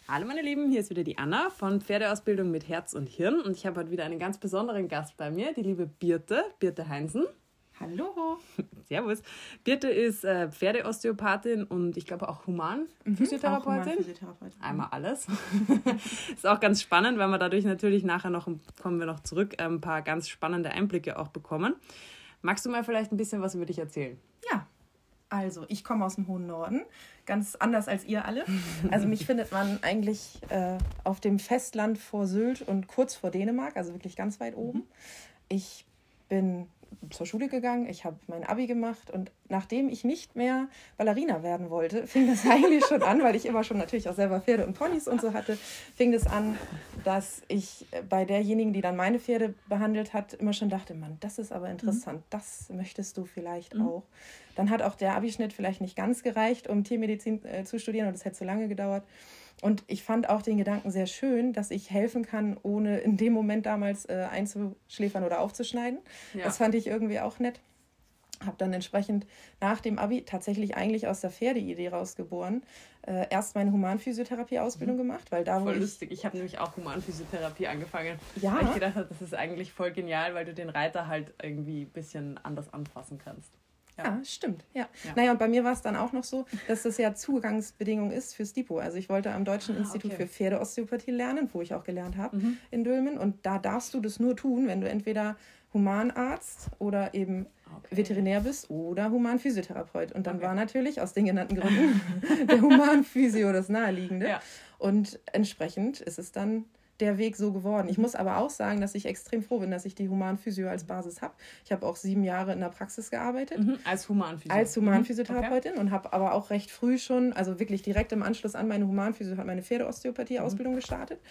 Hallo meine Lieben, hier ist wieder die Anna von Pferdeausbildung mit Herz und Hirn und ich habe heute wieder einen ganz besonderen Gast bei mir, die liebe Birte Heinsen. Hallo. Servus. Birte ist Pferdeosteopathin und ich glaube auch Humanphysiotherapeutin. Humanphysiotherapeutin. Einmal alles. Ist auch ganz spannend, weil wir dadurch natürlich nachher noch, kommen wir noch zurück, ein paar ganz spannende Einblicke auch bekommen. Magst du mal vielleicht ein bisschen was über dich erzählen? Ja, also ich komme aus dem hohen Norden, ganz anders als ihr alle. Also mich findet man eigentlich auf dem Festland vor Sylt und kurz vor Dänemark, also wirklich ganz weit oben. Ich bin zur Schule gegangen, ich habe mein Abi gemacht und nachdem ich nicht mehr Ballerina werden wollte, fing das eigentlich schon an, weil ich immer schon natürlich auch selber Pferde und Ponys und so hatte, fing das an, dass ich bei derjenigen, die dann meine Pferde behandelt hat, immer schon dachte, Mann, das ist aber interessant, das möchtest du vielleicht auch. Dann hat auch der Abischnitt vielleicht nicht ganz gereicht, um Tiermedizin zu studieren und das hätte zu lange gedauert. Und ich fand auch den Gedanken sehr schön, dass ich helfen kann, ohne in dem Moment damals einzuschläfern oder aufzuschneiden. Ja. Das fand ich irgendwie auch nett. Habe dann entsprechend nach dem Abi tatsächlich eigentlich aus der Pferdeidee rausgeboren, erst meine Humanphysiotherapie-Ausbildung gemacht, weil da voll lustig. Ich habe nämlich auch Humanphysiotherapie angefangen. Ja. Weil ich gedacht habe, das ist eigentlich voll genial, weil du den Reiter halt irgendwie ein bisschen anders anfassen kannst. Ja, stimmt. Ja. Naja, und bei mir war es dann auch noch so, dass das ja Zugangsbedingung ist fürs DIPO. Also ich wollte am Deutschen Institut für Pferdeosteopathie lernen, wo ich auch gelernt habe in Dülmen. Und da darfst du das nur tun, wenn du entweder Humanarzt oder eben Veterinär bist oder Humanphysiotherapeut. Und dann war natürlich aus den genannten Gründen der Humanphysio das Naheliegende. Ja. Und entsprechend ist es dann der Weg so geworden. Ich muss aber auch sagen, dass ich extrem froh bin, dass ich die Humanphysio als Basis habe. Ich habe auch 7 Jahre in der Praxis gearbeitet. Als Humanphysio? Als Humanphysiotherapeutin und habe aber auch recht früh schon, also wirklich direkt im Anschluss an meine Humanphysio, hat meine Pferdeosteopathie-Ausbildung gestartet.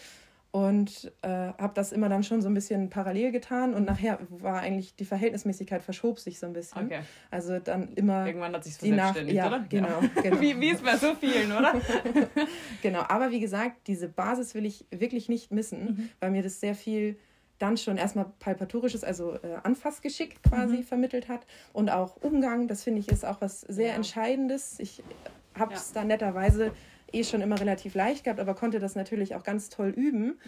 Und habe das immer dann schon so ein bisschen parallel getan und nachher war eigentlich die Verhältnismäßigkeit verschob sich so ein bisschen. Okay. Also dann immer... Irgendwann hat sich verselbstständigt, oder? Genau. Wie es bei so vielen, oder? Genau, aber wie gesagt, diese Basis will ich wirklich nicht missen, weil mir das sehr viel dann schon erstmal palpatorisches, also Anfassgeschick quasi vermittelt hat und auch Umgang, das finde ich ist auch was sehr Entscheidendes. Ich habe es da netterweise schon immer relativ leicht gehabt, aber konnte das natürlich auch ganz toll üben.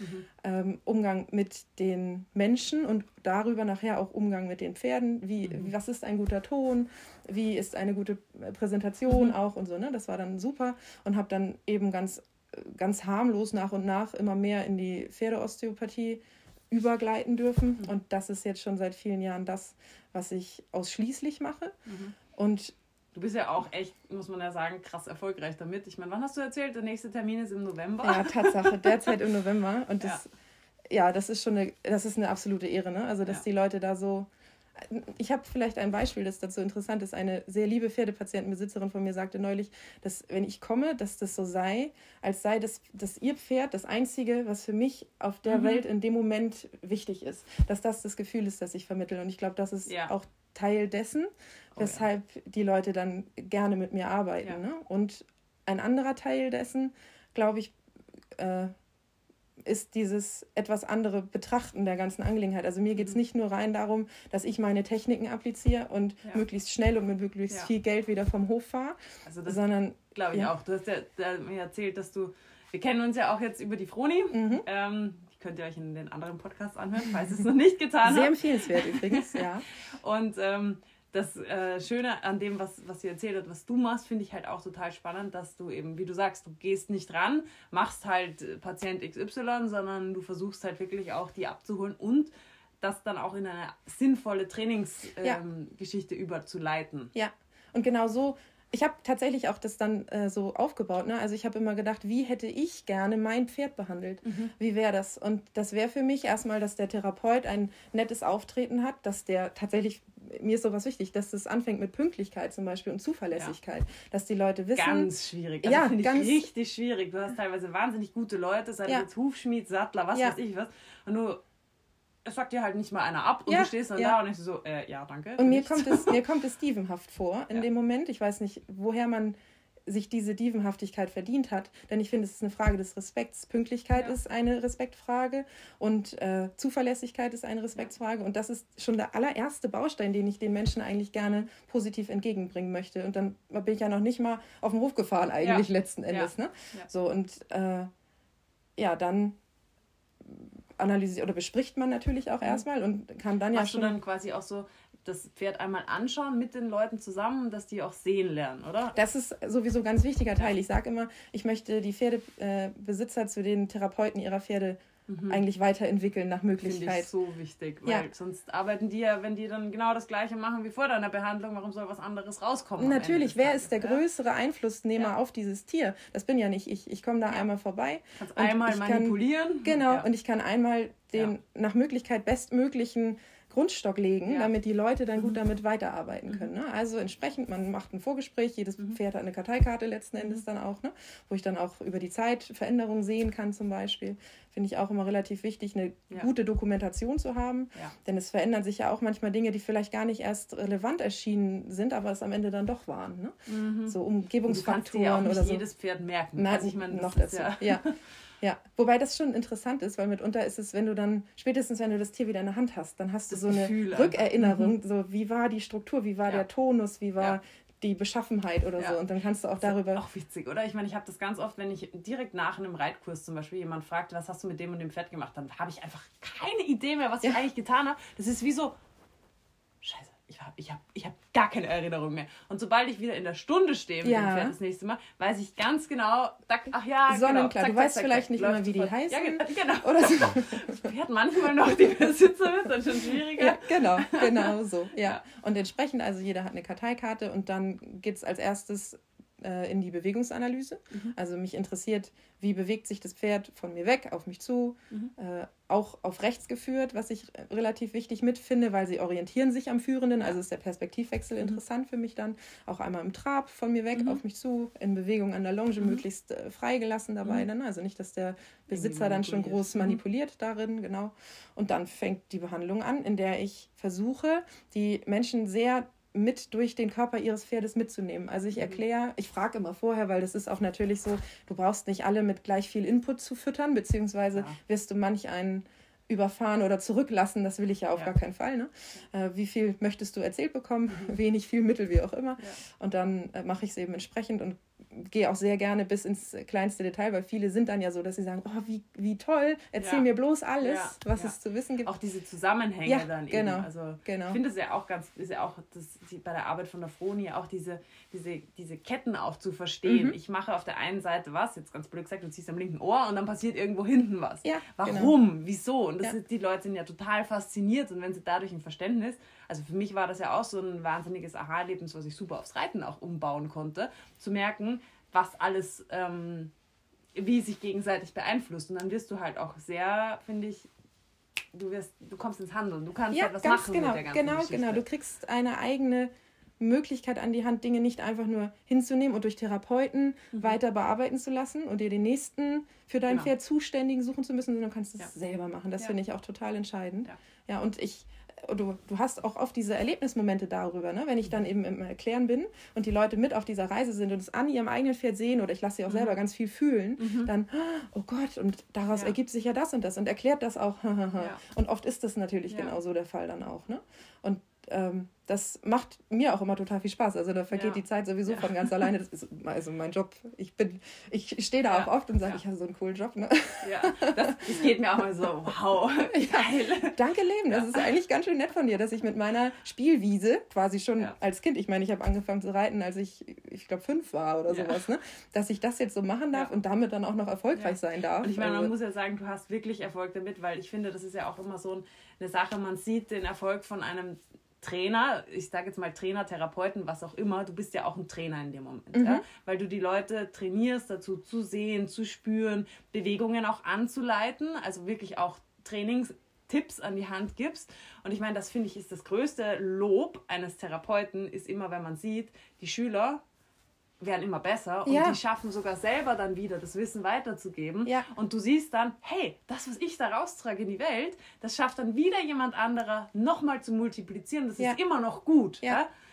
Umgang mit den Menschen und darüber nachher auch Umgang mit den Pferden. Was ist ein guter Ton? Wie ist eine gute Präsentation auch und so. Ne? Das war dann super und habe dann eben ganz harmlos nach und nach immer mehr in die Pferdeosteopathie übergleiten dürfen. Und das ist jetzt schon seit vielen Jahren das, was ich ausschließlich mache. Und du bist ja auch echt, muss man ja sagen, krass erfolgreich damit. Ich meine, wann hast du erzählt, der nächste Termin ist im November? Ja, Tatsache, derzeit im November. Und das ist schon eine absolute Ehre, ne? Also, dass die Leute da so... Ich habe vielleicht ein Beispiel, das dazu interessant ist. Eine sehr liebe Pferdepatientenbesitzerin von mir sagte neulich, dass wenn ich komme, dass das so sei, als sei das ihr Pferd das Einzige, was für mich auf der Welt in dem Moment wichtig ist. Dass das Gefühl ist, das ich vermittle. Und ich glaube, das ist auch Teil dessen, weshalb die Leute dann gerne mit mir arbeiten. Ja. Ne? Und ein anderer Teil dessen, glaube ich, ist dieses etwas andere Betrachten der ganzen Angelegenheit. Also mir geht es nicht nur rein darum, dass ich meine Techniken appliziere und möglichst schnell und mit möglichst viel Geld wieder vom Hof fahre, also das sondern... glaube ich auch. Du hast mir erzählt, dass wir kennen uns ja auch jetzt über die Froni. Könnt ihr euch in den anderen Podcasts anhören, falls ihr es noch nicht getan habt. Sehr empfehlenswert übrigens, ja. Und das Schöne an dem, was sie erzählt hat, was du machst, finde ich halt auch total spannend, dass du eben, wie du sagst, du gehst nicht ran, machst halt Patient XY, sondern du versuchst halt wirklich auch die abzuholen und das dann auch in eine sinnvolle Trainingsgeschichte überzuleiten. Ja, und genau so. Ich habe tatsächlich auch das dann so aufgebaut. Ne? Also ich habe immer gedacht, wie hätte ich gerne mein Pferd behandelt? Wie wäre das? Und das wäre für mich erstmal, dass der Therapeut ein nettes Auftreten hat, dass der tatsächlich, mir ist sowas wichtig, dass das anfängt mit Pünktlichkeit zum Beispiel und Zuverlässigkeit. Dass die Leute wissen... Ganz schwierig. Also finde ich richtig schwierig. Du hast teilweise wahnsinnig gute Leute, sei das jetzt Hufschmied, Sattler, was weiß ich was. Und es sagt dir halt nicht mal einer ab und du stehst dann da und ich so, danke. Und mir kommt es dievenhaft vor in dem Moment. Ich weiß nicht, woher man sich diese Dievenhaftigkeit verdient hat, denn ich finde, es ist eine Frage des Respekts. Pünktlichkeit ist eine Respektfrage und Zuverlässigkeit ist eine Respektsfrage und das ist schon der allererste Baustein, den ich den Menschen eigentlich gerne positiv entgegenbringen möchte. Und dann bin ich ja noch nicht mal auf den Hof gefahren eigentlich letzten Endes. Ne? Ja. So, und ja, dann analysiert oder bespricht man natürlich auch erstmal und kann dann Machst du dann quasi auch so das Pferd einmal anschauen mit den Leuten zusammen, dass die auch sehen lernen, oder? Das ist sowieso ein ganz wichtiger Teil. Ich sage immer, ich möchte die Pferdebesitzer zu den Therapeuten ihrer Pferde eigentlich weiterentwickeln nach Möglichkeit. Finde ich so wichtig, weil sonst arbeiten die ja, wenn die dann genau das Gleiche machen wie vor deiner Behandlung, warum soll was anderes rauskommen? Natürlich, wer ist der größere Einflussnehmer auf dieses Tier? Das bin ja nicht ich. Ich komme da einmal vorbei. Kannst einmal manipulieren. Genau, und ich kann einmal den nach Möglichkeit bestmöglichen Grundstock legen, damit die Leute dann gut damit weiterarbeiten können. Ne? Also entsprechend, man macht ein Vorgespräch, jedes Pferd hat eine Karteikarte letzten Endes dann auch, ne? Wo ich dann auch über die Zeit Veränderungen sehen kann zum Beispiel. Finde ich auch immer relativ wichtig, eine gute Dokumentation zu haben, denn es verändern sich ja auch manchmal Dinge, die vielleicht gar nicht erst relevant erschienen sind, aber es am Ende dann doch waren. Ne? So Umgebungsfaktoren ja auch nicht oder so. Jedes Pferd merken. Nein, also ich meine, noch dazu. Ja, wobei das schon interessant ist, weil mitunter ist es, wenn du dann, spätestens wenn du das Tier wieder in der Hand hast, dann hast du so eine Rückerinnerung, so wie war die Struktur, wie war der Tonus, wie war die Beschaffenheit oder so. Und dann kannst du auch darüber... Auch witzig, oder? Ich meine, ich habe das ganz oft, wenn ich direkt nach einem Reitkurs zum Beispiel jemand fragt, was hast du mit dem und dem Pferd gemacht, dann habe ich einfach keine Idee mehr, was ich eigentlich getan habe. Das ist wie so, Scheiße, ich hab gar keine Erinnerung mehr. Und sobald ich wieder in der Stunde stehe mit dem Pferd das nächste Mal, weiß ich ganz genau, sonnenklar, du weißt vielleicht nicht immer, wie die heißen. Ja, genau. Oder so. Pferd manchmal noch die Besitzer mit, dann schon schwieriger. Ja, genau so. Ja. Und entsprechend, also jeder hat eine Karteikarte und dann geht es als erstes in die Bewegungsanalyse. Also mich interessiert, wie bewegt sich das Pferd von mir weg, auf mich zu, auch auf rechts geführt, was ich relativ wichtig mitfinde, weil sie orientieren sich am Führenden, also ist der Perspektivwechsel interessant für mich dann. Auch einmal im Trab von mir weg, auf mich zu, in Bewegung an der Longe möglichst freigelassen dabei dann, also nicht, dass der Besitzer dann schon groß manipuliert darin, genau. Und dann fängt die Behandlung an, in der ich versuche, die Menschen sehr mit durch den Körper ihres Pferdes mitzunehmen. Also ich erkläre, ich frage immer vorher, weil das ist auch natürlich so, du brauchst nicht alle mit gleich viel Input zu füttern, beziehungsweise wirst du manch einen überfahren oder zurücklassen, das will ich ja auf gar keinen Fall. Ne? Wie viel möchtest du erzählt bekommen? Wenig, viel, mittel, wie auch immer. Und dann mache ich es eben entsprechend und gehe auch sehr gerne bis ins kleinste Detail, weil viele sind dann ja so, dass sie sagen, oh, wie toll, erzähl mir bloß alles, was es zu wissen gibt. Auch diese Zusammenhänge dann eben. Also ich finde es ja auch bei der Arbeit von der Froni auch diese Ketten auch zu verstehen. Ich mache auf der einen Seite was, jetzt ganz blöd gesagt, du ziehst am linken Ohr und dann passiert irgendwo hinten was. Warum? Wieso? Und die Leute sind ja total fasziniert und wenn sie dadurch ein Verständnis, also für mich war das ja auch so ein wahnsinniges Aha-Erlebnis, was ich super aufs Reiten auch umbauen konnte, zu merken, was alles, wie sich gegenseitig beeinflusst. Und dann wirst du halt auch sehr, finde ich, du kommst ins Handeln, du kannst halt was machen mit der ganzen Geschichte. Genau, du kriegst eine eigene Möglichkeit an die Hand, Dinge nicht einfach nur hinzunehmen und durch Therapeuten weiter bearbeiten zu lassen und dir den nächsten für dein Pferd Zuständigen suchen zu müssen, sondern du kannst es selber machen. Das finde ich auch total entscheidend. Ja, und du hast auch oft diese Erlebnismomente darüber, ne? Wenn ich dann eben im Erklären bin und die Leute mit auf dieser Reise sind und es an ihrem eigenen Pferd sehen oder ich lasse sie auch selber ganz viel fühlen, dann, oh Gott, und daraus ergibt sich ja das und erklärt das auch. Und oft ist das natürlich genauso der Fall dann auch. Ne? Und das macht mir auch immer total viel Spaß. Also da vergeht die Zeit sowieso von ganz alleine. Das ist also mein Job. Ich stehe da auch oft und sage, ich habe so einen coolen Job. Ne? Ja, das geht mir auch mal so, wow, geil. Danke, Leben. Das ist eigentlich ganz schön nett von dir, dass ich mit meiner Spielwiese quasi schon als Kind, ich meine, ich habe angefangen zu reiten, als ich glaube 5 war oder sowas, ne? Dass ich das jetzt so machen darf und damit dann auch noch erfolgreich sein darf. Und ich meine, man muss ja sagen, du hast wirklich Erfolg damit, weil ich finde, das ist ja auch immer so eine Sache, man sieht den Erfolg von einem Trainer, ich sage jetzt mal Trainer, Therapeuten, was auch immer, du bist ja auch ein Trainer in dem Moment, weil du die Leute trainierst, dazu zu sehen, zu spüren, Bewegungen auch anzuleiten, also wirklich auch Trainingstipps an die Hand gibst. Und ich meine, das finde ich ist das größte Lob eines Therapeuten, ist immer, wenn man sieht, die Schüler werden immer besser und die schaffen sogar selber dann wieder das Wissen weiterzugeben. Und du siehst dann, hey, das, was ich da raustrage in die Welt, das schafft dann wieder jemand anderer nochmal zu multiplizieren. Das ist immer noch gut.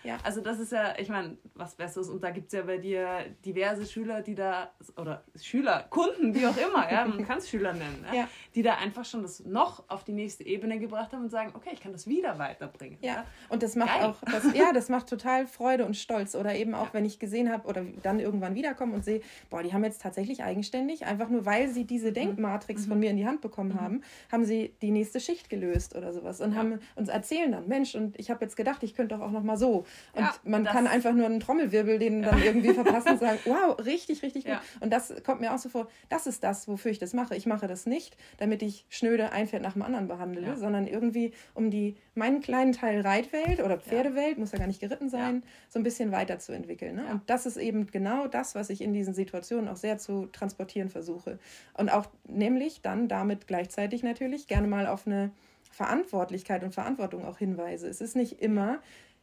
Ja. Also das ist ja, ich meine, was Besseres. Und da gibt es ja bei dir diverse Schüler, die da, oder Schüler, Kunden, wie auch immer, ja, man kann es Schüler nennen, ja, die da einfach schon das noch auf die nächste Ebene gebracht haben und sagen, okay, ich kann das wieder weiterbringen. Ja, und das macht auch, das macht total Freude und Stolz. Oder eben auch, wenn ich gesehen habe oder dann irgendwann wiederkomme und sehe, boah, die haben jetzt tatsächlich eigenständig, einfach nur weil sie diese Denkmatrix von mir in die Hand bekommen haben sie die nächste Schicht gelöst oder sowas und haben uns erzählen dann, Mensch, und ich habe jetzt gedacht, ich könnte doch auch noch mal so. Und man kann einfach nur einen Trommelwirbel denen dann irgendwie verpassen und sagen, wow, richtig, richtig gut. Und das kommt mir auch so vor, das ist das, wofür ich das mache. Ich mache das nicht, damit ich schnöde ein Pferd nach dem anderen behandle, sondern irgendwie um meinen kleinen Teil Reitwelt oder Pferdewelt, muss ja gar nicht geritten sein, so ein bisschen weiterzuentwickeln. Ne? Und das ist eben genau das, was ich in diesen Situationen auch sehr zu transportieren versuche. Und auch nämlich dann damit gleichzeitig natürlich gerne mal auf eine Verantwortlichkeit und Verantwortung auch hinweise. Es ist nicht immer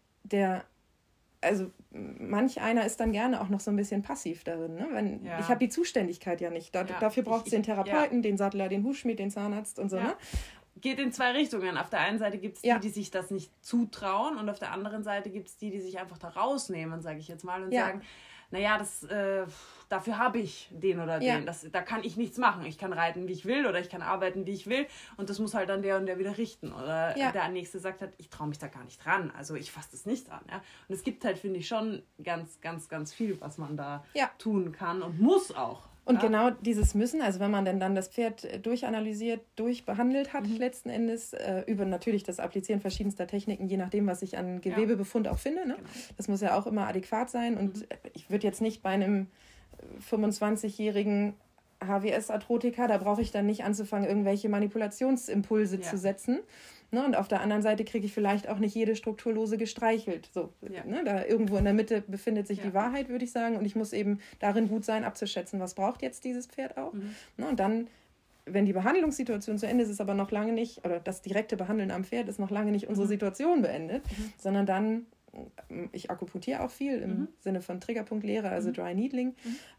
also manch einer ist dann gerne auch noch so ein bisschen passiv darin. Ne? Ich habe die Zuständigkeit ja nicht. Dafür braucht es den Therapeuten, den Sattler, den Hufschmied, den Zahnarzt und so. Ne? Geht in zwei Richtungen. Auf der einen Seite gibt es die sich das nicht zutrauen und auf der anderen Seite gibt es die sich einfach da rausnehmen, sage ich jetzt mal, und sagen, naja, dafür habe ich den oder den. Da kann ich nichts machen. Ich kann reiten, wie ich will oder ich kann arbeiten, wie ich will und das muss halt dann der und der wieder richten. Oder der Nächste sagt halt, ich traue mich da gar nicht dran. Also ich fasse das nicht an. Ja? Und es gibt halt, finde ich, schon ganz, ganz, ganz viel, was man da tun kann und muss auch. Und genau dieses Müssen, also wenn man denn dann das Pferd durchanalysiert, durchbehandelt hat, letzten Endes, über natürlich das Applizieren verschiedenster Techniken, je nachdem, was ich an Gewebebefund auch finde. Ne? Genau. Das muss ja auch immer adäquat sein. Und ich würde jetzt nicht bei einem 25-jährigen HWS-Arthrotiker, da brauche ich dann nicht anzufangen, irgendwelche Manipulationsimpulse zu setzen. Ne? Und auf der anderen Seite kriege ich vielleicht auch nicht jede Strukturlose gestreichelt. So, ne? Da irgendwo in der Mitte befindet sich die Wahrheit, würde ich sagen. Und ich muss eben darin gut sein, abzuschätzen, was braucht jetzt dieses Pferd auch. Ne? Und dann, wenn die Behandlungssituation zu Ende ist, ist aber noch lange nicht, oder das direkte Behandeln am Pferd ist noch lange nicht unsere Situation beendet, sondern dann, ich akupunktiere auch viel im Sinne von Triggerpunktlehre, also Dry Needling.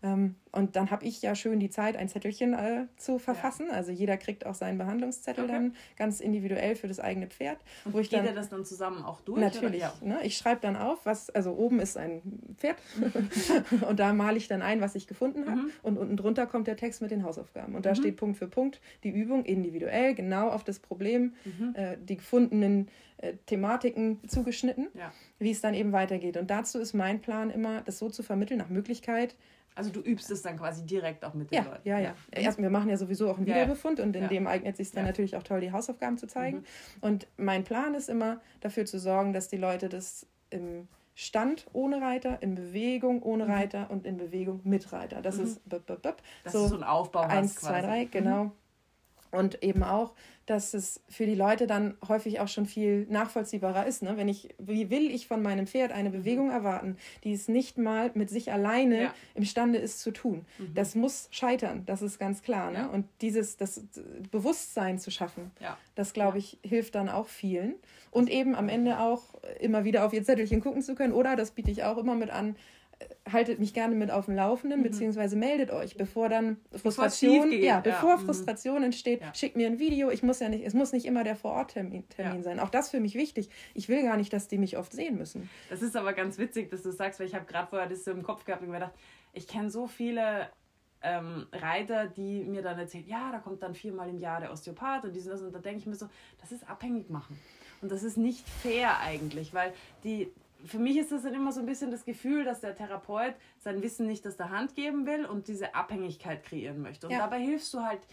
Und dann habe ich ja schön die Zeit, ein Zettelchen zu verfassen. Also jeder kriegt auch seinen Behandlungszettel dann ganz individuell für das eigene Pferd. Und geht ihr das dann zusammen auch durch? Natürlich. Ne? Ich schreibe dann auf, also oben ist ein Pferd und da male ich dann ein, was ich gefunden habe. Und unten drunter kommt der Text mit den Hausaufgaben. Und da steht Punkt für Punkt die Übung individuell, genau auf das Problem, die gefundenen Thematiken zugeschnitten, wie es dann eben weitergeht. Und dazu ist mein Plan immer, das so zu vermitteln, nach Möglichkeit. Also du übst es dann quasi direkt auch mit den Leuten? Ja. Erst, wir machen ja sowieso auch einen Wiederbefund und in dem eignet es sich dann natürlich auch toll, die Hausaufgaben zu zeigen. Und mein Plan ist immer, dafür zu sorgen, dass die Leute das im Stand ohne Reiter, in Bewegung ohne Reiter und in Bewegung mit Reiter. Das ist das ist so ein Aufbau. 1, 2, 3, genau. Und eben auch, dass es für die Leute dann häufig auch schon viel nachvollziehbarer ist. Ne? Wie will ich von meinem Pferd eine Bewegung erwarten, die es nicht mal mit sich alleine imstande ist zu tun? Das muss scheitern, das ist ganz klar. Ne? Und das Bewusstsein zu schaffen, das, glaube ich, hilft dann auch vielen. Und eben am Ende auch immer wieder auf ihr Zettelchen gucken zu können. Oder, das biete ich auch immer mit an, haltet mich gerne mit auf dem Laufenden, beziehungsweise meldet euch, bevor dann Frustration entsteht, schickt mir ein Video. Es muss nicht immer der Vor-Ort-Termin sein. Auch das für mich wichtig. Ich will gar nicht, dass die mich oft sehen müssen. Das ist aber ganz witzig, dass du sagst, weil ich habe gerade vorher das so im Kopf gehabt und mir gedacht, ich kenne so viele Reiter, die mir dann erzählen, ja, da kommt dann 4-mal im Jahr der Osteopath und dies und das. Und da denke ich mir so, das ist abhängig machen. Und das ist nicht fair eigentlich, weil für mich ist das dann immer so ein bisschen das Gefühl, dass der Therapeut sein Wissen nicht aus der Hand geben will und diese Abhängigkeit kreieren möchte. Und dabei hilfst du halt,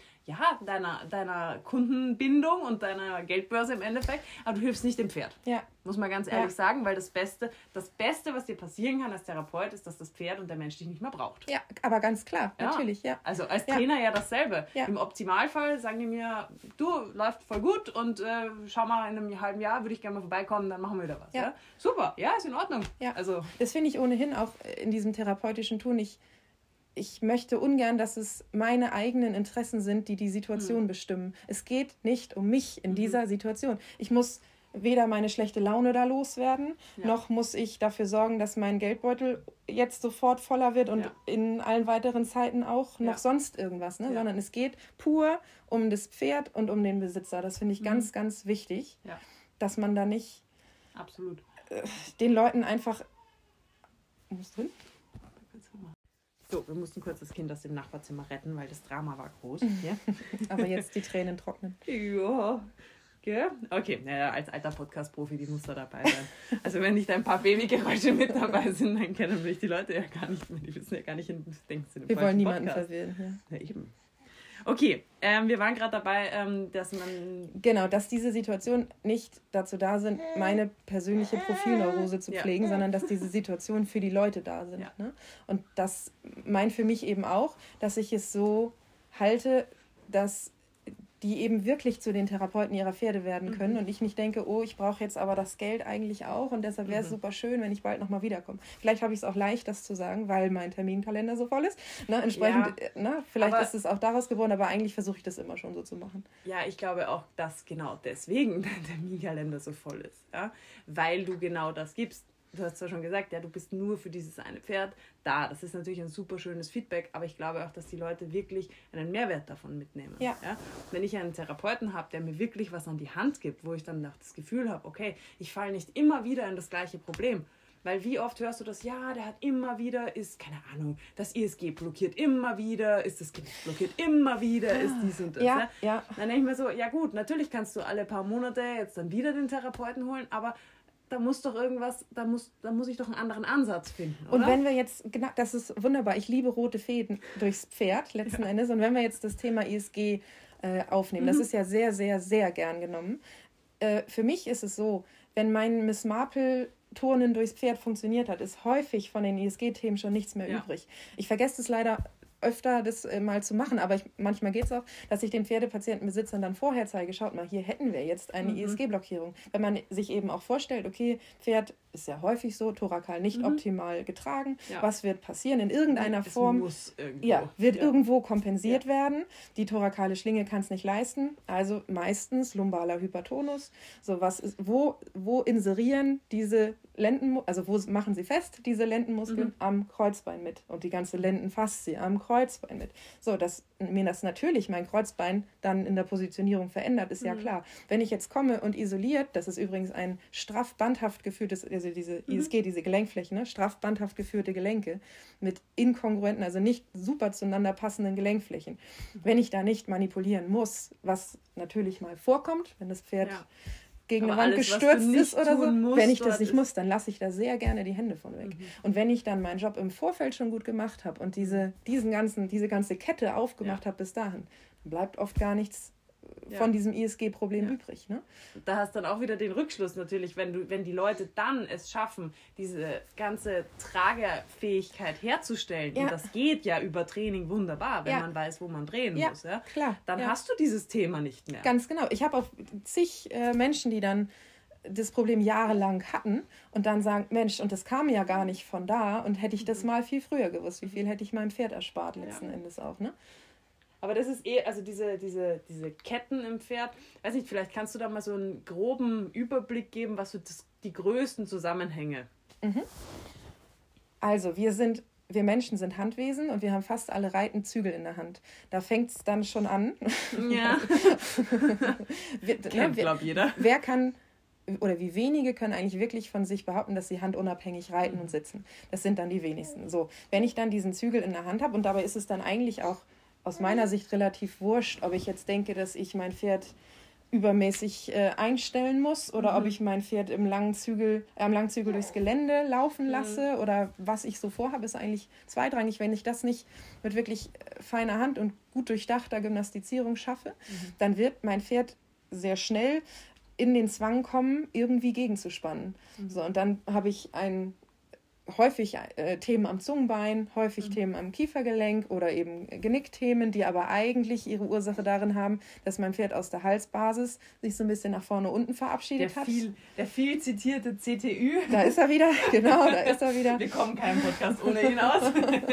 deiner Kundenbindung und deiner Geldbörse im Endeffekt, aber du hilfst nicht dem Pferd. Ja. Muss man ganz ehrlich sagen, weil das Beste, was dir passieren kann als Therapeut, ist, dass das Pferd und der Mensch dich nicht mehr braucht. Ja, aber ganz klar, natürlich, ja. Also als Trainer ja dasselbe. Ja. Im Optimalfall sagen die mir, du, läuft voll gut und schau mal, in einem halben Jahr würde ich gerne mal vorbeikommen, dann machen wir wieder was. Ja. Super, ist in Ordnung. Ja. Also, das finde ich ohnehin auch in diesem therapeutischen Tun. Ich möchte ungern, dass es meine eigenen Interessen sind, die Situation bestimmen. Es geht nicht um mich in dieser Situation. Ich muss weder meine schlechte Laune da loswerden, noch muss ich dafür sorgen, dass mein Geldbeutel jetzt sofort voller wird und in allen weiteren Zeiten auch noch sonst irgendwas. Ne? Sondern es geht pur um das Pferd und um den Besitzer. Das finde ich ganz, ganz wichtig, dass man da nicht... Absolut. den Leuten einfach... Muss drin? So, wir mussten kurz das Kind aus dem Nachbarzimmer retten, weil das Drama war groß. Ja? Aber jetzt die Tränen trocknen. Ja. Ja, okay, naja, als alter Podcast-Profi, die muss da dabei sein. Also wenn nicht ein paar Babygeräusche mit dabei sind, dann kennen mich die Leute ja gar nicht mehr. Die wissen ja gar nicht, denken sie in Wir wollen niemanden verwirren. Ja, eben. Okay, wir waren gerade dabei, dass man... Genau, dass diese Situationen nicht dazu da sind, meine persönliche Profilneurose zu pflegen, sondern dass diese Situationen für die Leute da sind. Ja. Ne? Und das meint für mich eben auch, dass ich es so halte, dass die eben wirklich zu den Therapeuten ihrer Pferde werden können und ich nicht denke, oh, ich brauche jetzt aber das Geld eigentlich auch und deshalb wäre es super schön, wenn ich bald nochmal wiederkomme. Vielleicht habe ich es auch leicht, das zu sagen, weil mein Terminkalender so voll ist. Ne? Entsprechend, vielleicht ist es auch daraus geworden, aber eigentlich versuche ich das immer schon so zu machen. Ja, ich glaube auch, dass genau deswegen dein Terminkalender so voll ist, ja? Weil du genau das gibst. Du hast zwar schon gesagt, ja, du bist nur für dieses eine Pferd da. Das ist natürlich ein super schönes Feedback, aber ich glaube auch, dass die Leute wirklich einen Mehrwert davon mitnehmen. Ja. Ja? Wenn ich einen Therapeuten habe, der mir wirklich was an die Hand gibt, wo ich dann auch das Gefühl habe, okay, ich falle nicht immer wieder in das gleiche Problem. Weil wie oft hörst du das, ja, der hat immer wieder, ist, keine Ahnung, das ISG blockiert immer wieder, ist das Kind blockiert immer wieder, ist dies und das. Ja, ja. Dann denke ich mir so, ja gut, natürlich kannst du alle paar Monate jetzt dann wieder den Therapeuten holen, aber da muss doch irgendwas, da muss ich doch einen anderen Ansatz finden, oder? Und wenn wir jetzt, genau, das ist wunderbar, ich liebe rote Fäden durchs Pferd letzten Endes, und wenn wir jetzt das Thema ISG aufnehmen, das ist ja sehr, sehr, sehr gern genommen. Für mich ist es so, wenn mein Miss Marple Turnen durchs Pferd funktioniert hat, ist häufig von den ISG-Themen schon nichts mehr übrig. Ich vergesse es leider öfter, das mal zu machen, aber manchmal geht es auch, dass ich den Pferdepatientenbesitzern dann vorher zeige, schaut mal, hier hätten wir jetzt eine ISG-Blockierung. Wenn man sich eben auch vorstellt, okay, Pferd ist ja häufig so, thorakal nicht optimal getragen, was wird passieren? In irgendeiner Form muss wird irgendwo kompensiert werden. Die thorakale Schlinge kann es nicht leisten, also meistens lumbaler Hypertonus. So, was ist, wo inserieren diese also wo machen sie fest, diese Lendenmuskeln? Am Kreuzbein mit und die ganze Lendenfaszie am Kreuzbein mit. So, dass mir das natürlich mein Kreuzbein dann in der Positionierung verändert, ist ja klar. Wenn ich jetzt komme und isoliert, das ist übrigens ein straff bandhaft geführtes, also diese ISG, diese Gelenkflächen, ne? Straff bandhaft geführte Gelenke mit inkongruenten, also nicht super zueinander passenden Gelenkflächen. Wenn ich da nicht manipulieren muss, was natürlich mal vorkommt, wenn das Pferd gegen eine Wand gestürzt ist oder so. Wenn ich das nicht muss, dann lasse ich da sehr gerne die Hände von weg. Und wenn ich dann meinen Job im Vorfeld schon gut gemacht habe und diese ganze Kette aufgemacht habe bis dahin, dann bleibt oft gar nichts von diesem ISG-Problem übrig. Ne? Da hast dann auch wieder den Rückschluss natürlich, wenn die Leute dann es schaffen, diese ganze Tragefähigkeit herzustellen, und das geht ja über Training wunderbar, wenn man weiß, wo man drehen muss, klar. Dann hast du dieses Thema nicht mehr. Ganz genau. Ich habe auch zig Menschen, die dann das Problem jahrelang hatten und dann sagen, Mensch, und das kam ja gar nicht von da und hätte ich das mal viel früher gewusst, wie viel hätte ich meinem Pferd erspart letzten Endes auch, ne? Aber das ist also diese Ketten im Pferd, weiß nicht, vielleicht kannst du da mal so einen groben Überblick geben, was so die größten Zusammenhänge. Also, wir Menschen sind Handwesen und wir haben fast alle Reiten Zügel in der Hand. Da fängt es dann schon an. Ja. Kennt, glaube jeder. Wer kann oder wie wenige können eigentlich wirklich von sich behaupten, dass sie handunabhängig reiten und sitzen? Das sind dann die wenigsten. So, wenn ich dann diesen Zügel in der Hand habe, und dabei ist es dann eigentlich auch aus meiner Sicht relativ wurscht, ob ich jetzt denke, dass ich mein Pferd übermäßig einstellen muss oder ob ich mein Pferd am langen Zügel durchs Gelände laufen lasse oder was ich so vorhabe, ist eigentlich zweitrangig. Wenn ich das nicht mit wirklich feiner Hand und gut durchdachter Gymnastizierung schaffe, dann wird mein Pferd sehr schnell in den Zwang kommen, irgendwie gegenzuspannen. So, und dann habe ich häufig Themen am Zungenbein, häufig Themen am Kiefergelenk oder eben Genickthemen, die aber eigentlich ihre Ursache darin haben, dass mein Pferd aus der Halsbasis sich so ein bisschen nach vorne unten verabschiedet hat. Der viel zitierte CTÜ. Da ist er wieder, genau, da ist er wieder. Wir kommen keinen Podcast ohne ihn aus.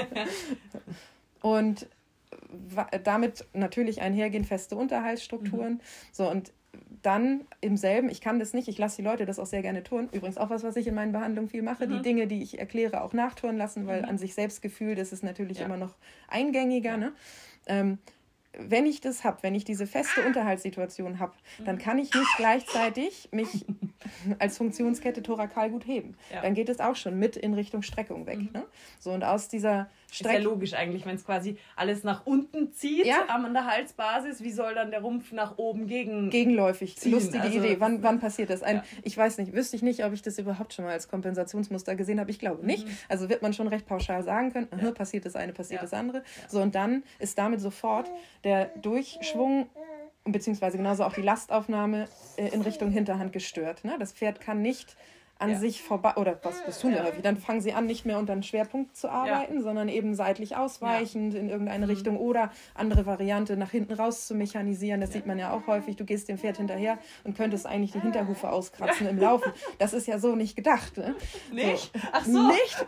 Und damit natürlich einhergehen feste Unterhaltsstrukturen. So, und dann im selben, ich kann das nicht, ich lasse die Leute das auch sehr gerne tun. Übrigens auch was ich in meinen Behandlungen viel mache, die Dinge, die ich erkläre, auch nachtouren lassen, weil an sich Selbstgefühl, das ist natürlich immer noch eingängiger. Ne? Wenn ich das habe, wenn ich diese feste Unterhaltssituation habe, dann kann ich nicht gleichzeitig mich als Funktionskette thorakal gut heben. Ja. Dann geht es auch schon mit in Richtung Streckung weg. Ne? So, und aus dieser Streckung... Ist ja logisch eigentlich, wenn es quasi alles nach unten zieht an der Halsbasis, wie soll dann der Rumpf nach oben gegenläufig ziehen? Lustige Idee. Wann passiert das? Ich weiß nicht, wüsste ich nicht, ob ich das überhaupt schon mal als Kompensationsmuster gesehen habe. Ich glaube nicht. Also wird man schon recht pauschal sagen können, passiert das eine, passiert das andere. So, und dann ist damit sofort der Durchschwung beziehungsweise genauso auch die Lastaufnahme in Richtung Hinterhand gestört. Ne? Das Pferd kann nicht an sich vorbei, oder was tun wir häufig? Dann fangen sie an, nicht mehr unter einen Schwerpunkt zu arbeiten, sondern eben seitlich ausweichend in irgendeine Richtung oder andere Variante nach hinten raus zu mechanisieren. Das sieht man ja auch häufig. Du gehst dem Pferd hinterher und könntest eigentlich die Hinterhufe auskratzen im Laufen. Das ist ja so nicht gedacht. Ne? Nicht? So. Ach so. Nicht?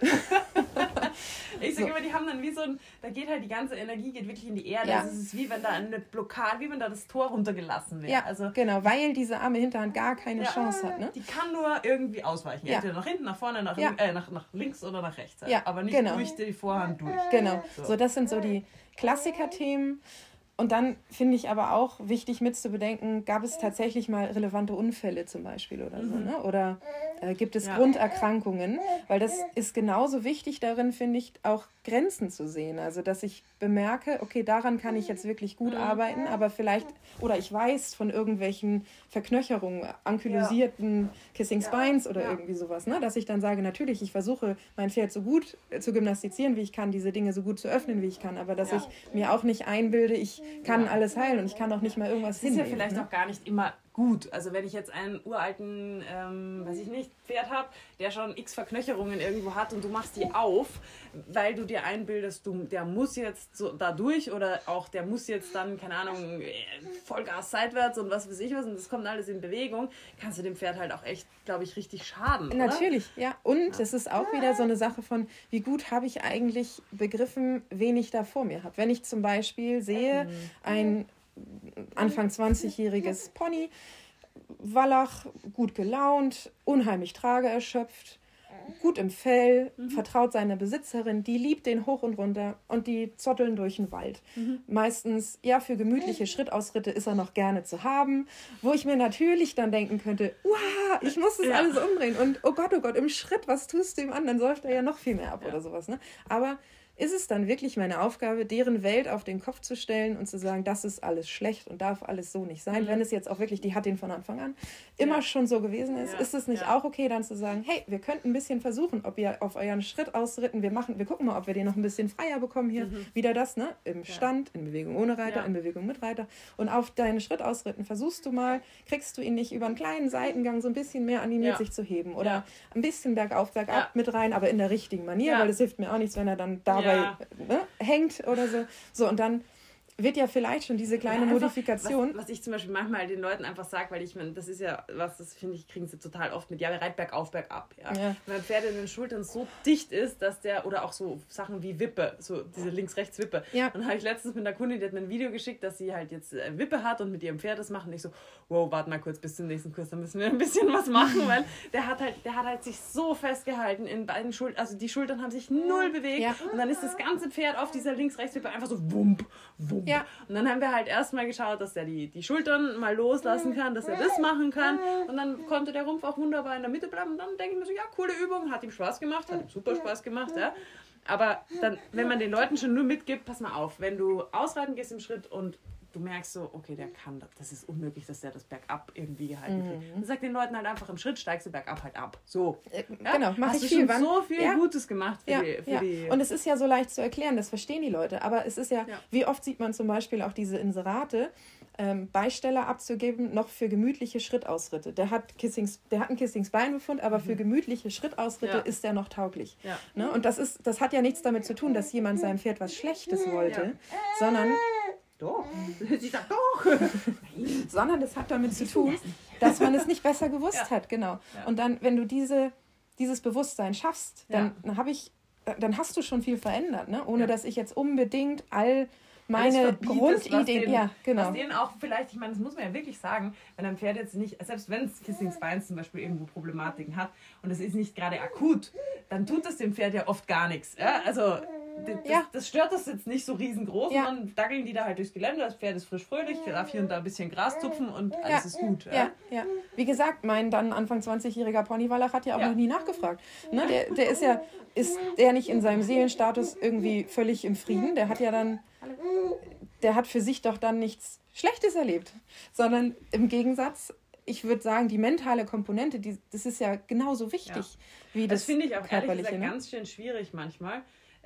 Ich sage immer, die haben dann wie so ein, da geht halt die ganze Energie, geht wirklich in die Erde. Ja. Also es ist wie wenn da eine Blockade, wie wenn da das Tor runtergelassen wäre. Ja, also, genau, weil diese arme Hinterhand gar keine Chance hat. Ne? Die kann nur irgendwie ausweichen. Ja. Entweder nach hinten, nach vorne, nach links oder nach rechts. Ja, aber nicht durch die Vorhand durch. Genau, so das sind so die Klassiker-Themen. Und dann finde ich aber auch wichtig mitzubedenken, gab es tatsächlich mal relevante Unfälle zum Beispiel oder so, ne? Oder gibt es Grunderkrankungen? Weil das ist genauso wichtig darin, finde ich, auch Grenzen zu sehen. Also, dass ich bemerke, okay, daran kann ich jetzt wirklich gut arbeiten, aber vielleicht, oder ich weiß von irgendwelchen Verknöcherungen, ankylosierten Kissing Spines oder irgendwie sowas, ne? Dass ich dann sage, natürlich, ich versuche, mein Pferd so gut zu gymnastizieren, wie ich kann, diese Dinge so gut zu öffnen, wie ich kann, aber dass ich mir auch nicht einbilde, ich kann alles heilen und ich kann auch nicht mal irgendwas hinnehmen. Das ist ja vielleicht auch gar nicht immer gut. Also wenn ich jetzt einen uralten, weiß ich nicht, Pferd habe, der schon x Verknöcherungen irgendwo hat und du machst die auf, weil du dir einbildest, der muss jetzt so da durch oder auch der muss jetzt dann, keine Ahnung, Vollgas seitwärts und was weiß ich was und das kommt alles in Bewegung, kannst du dem Pferd halt auch echt, glaube ich, richtig schaden, oder? Natürlich, ja. Und es ist auch wieder so eine Sache von, wie gut habe ich eigentlich begriffen, wen ich da vor mir habe. Wenn ich zum Beispiel sehe, ein Anfang 20-jähriges Pony, Wallach, gut gelaunt, unheimlich trageerschöpft, gut im Fell, vertraut seiner Besitzerin, die liebt den hoch und runter und die zotteln durch den Wald. Meistens, für gemütliche Schrittausritte ist er noch gerne zu haben, wo ich mir natürlich dann denken könnte, ich muss das alles umdrehen und oh Gott, im Schritt, was tust du ihm an? Dann säuft er ja noch viel mehr ab oder sowas. Ne? Aber ist es dann wirklich meine Aufgabe, deren Welt auf den Kopf zu stellen und zu sagen, das ist alles schlecht und darf alles so nicht sein, wenn es jetzt auch wirklich, die hat den von Anfang an, immer schon so gewesen ist, ist es nicht auch okay, dann zu sagen, hey, wir könnten ein bisschen versuchen, ob ihr auf euren Schritt ausritten, wir gucken mal, ob wir den noch ein bisschen freier bekommen hier, wieder das, ne, im Stand, in Bewegung ohne Reiter, in Bewegung mit Reiter und auf deinen Schritt ausritten versuchst du mal, kriegst du ihn nicht über einen kleinen Seitengang so ein bisschen mehr animiert, sich zu heben oder ein bisschen bergauf, bergab mit rein, aber in der richtigen Manier, weil es hilft mir auch nichts, wenn er dann dabei hängt oder so. So, und dann wird ja vielleicht schon diese kleine Modifikation. Was ich zum Beispiel manchmal den Leuten einfach sage, weil ich meine, das ist ja was, das finde ich, kriegen sie total oft mit, reit bergauf, bergab. Wenn ein Pferd in den Schultern so dicht ist, dass der, oder auch so Sachen wie Wippe, so diese Links-Rechts-Wippe. Und dann habe ich letztens mit einer Kundin, die hat mir ein Video geschickt, dass sie halt jetzt Wippe hat und mit ihrem Pferd das macht und ich so, wow, warte mal kurz bis zum nächsten Kurs, dann müssen wir ein bisschen was machen, weil der hat halt sich so festgehalten in beiden Schultern, also die Schultern haben sich null bewegt und dann ist das ganze Pferd auf dieser Links-Rechts-Wippe einfach so wump, wump. Ja. Und dann haben wir halt erstmal geschaut, dass der die Schultern mal loslassen kann, dass er das machen kann. Und dann konnte der Rumpf auch wunderbar in der Mitte bleiben. Und dann denke ich mir so, coole Übung, hat ihm Spaß gemacht, hat ihm super Spaß gemacht. Ja. Aber dann, wenn man den Leuten schon nur mitgibt, pass mal auf, wenn du ausreiten gehst im Schritt und du merkst so, okay, der kann das ist unmöglich, dass der das bergab irgendwie gehalten kriegt. Dann sag den Leuten halt einfach, im Schritt steigst du bergab halt ab. So. Genau, mach ich viel. Hast du schon so viel Gutes gemacht für die... Und es ist ja so leicht zu erklären, das verstehen die Leute. Aber es ist wie oft sieht man zum Beispiel auch diese Inserate, Beisteller abzugeben, noch für gemütliche Schrittausritte. Der hat einen Kissing-Spine-Befund, aber für gemütliche Schrittausritte ist der noch tauglich. Ja. Ne? Und das hat ja nichts damit zu tun, dass jemand seinem Pferd was Schlechtes wollte, sondern... Doch, sie sagt doch. Sondern das hat damit zu tun, dass man es nicht besser gewusst hat, genau. Ja. Und dann, wenn du dieses Bewusstsein schaffst, dann hast du schon viel verändert, ne? Ohne dass ich jetzt unbedingt all meine Grundideen, was denen auch vielleicht, ich meine, das muss man ja wirklich sagen, wenn ein Pferd jetzt nicht, selbst wenn es Kissing Spines zum Beispiel irgendwo Problematiken hat und es ist nicht gerade akut, dann tut es dem Pferd ja oft gar nichts. Ja? Also das stört das jetzt nicht so riesengroß, sondern dackeln die da halt durchs Gelände, das Pferd ist frisch fröhlich, darf hier und da ein bisschen Gras zupfen und alles ist gut. Ja. Wie gesagt, mein dann Anfang 20-jähriger Ponywallach hat ja auch noch nie nachgefragt. Ne? Der ist der nicht in seinem Seelenstatus irgendwie völlig im Frieden, der hat für sich doch dann nichts Schlechtes erlebt, sondern im Gegensatz, ich würde sagen, die mentale Komponente, das ist ja genauso wichtig wie das finde ich auch körperliche. Ehrlich gesagt ganz schön schwierig manchmal,